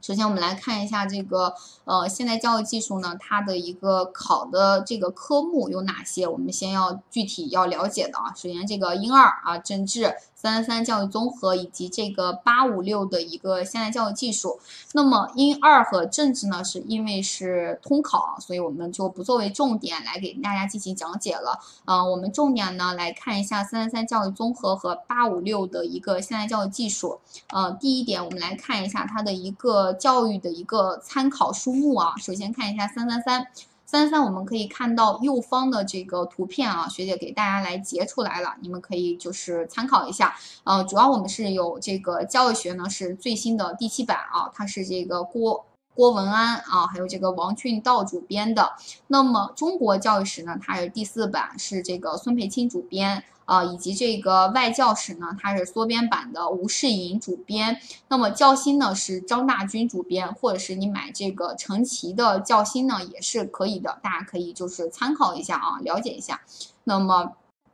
首先我们来看一下这个现代教育技术呢，它的一个考的这个科目有哪些？我们先要具体要了解的啊。首先这个英二啊，政治333教育综合以及这个856的一个现代教育技术。那么英二和政治呢，是因为是通考，所以我们就不作为重点来给大家进行讲解了。我们重点呢来看一下333教育综合和856的一个现代教育技术。第一点，我们来看一下它的一个教育的一个参考书目啊。首先看一下333，我们可以看到右方的这个图片啊，学姐给大家来截出来了，你们可以就是参考一下。主要我们是有这个教育学呢是最新的第7版啊，它是这个郭文安啊，还有这个王俊道主编的。那么中国教育史呢，它是第4版，是这个孙培青主编。以及这个外教史呢，它是缩编版的吴世颖主编。那么教新呢是张大军主编，或者是你买这个陈琦的教新呢也是可以的，大家可以就是参考一下啊，了解一下。那么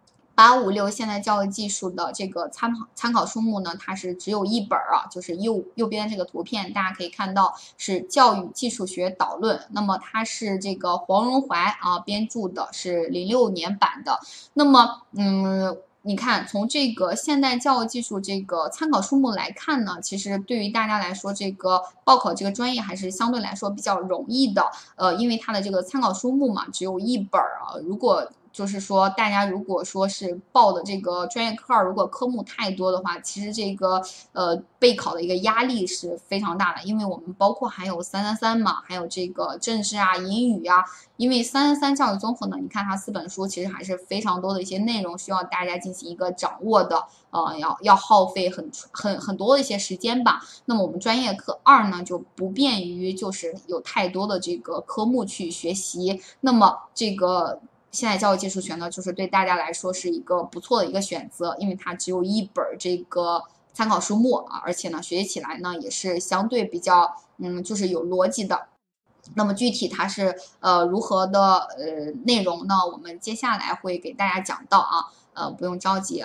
856现代教育技术的这个参考书目呢，它是只有1本啊，就是右边这个图片，大家可以看到是教育技术学导论。那么它是这个黄荣怀啊编著的，是06年版的。那么你看，从这个现代教育技术这个参考书目来看呢，其实对于大家来说，这个报考这个专业还是相对来说比较容易的。因为它的这个参考书目嘛，只有1本啊。如果就是说，大家如果说是报的这个专业课，如果科目太多的话，其实这个备考的一个压力是非常大的，因为我们包括还有333嘛，还有这个政治啊、英语啊。因为333教育综合呢，你看它4本书，其实还是非常多的一些内容需要大家进行一个掌握的，要耗费很多的一些时间吧。那么我们专业课2呢，就不便于就是有太多的这个科目去学习。那么这个现代教育技术学呢，就是对大家来说是一个不错的一个选择，因为它只有1本这个参考书目啊，而且呢学习起来呢也是相对比较就是有逻辑的。那么具体它是如何的内容呢？我们接下来会给大家讲到啊，不用着急。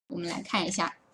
我们来看一下。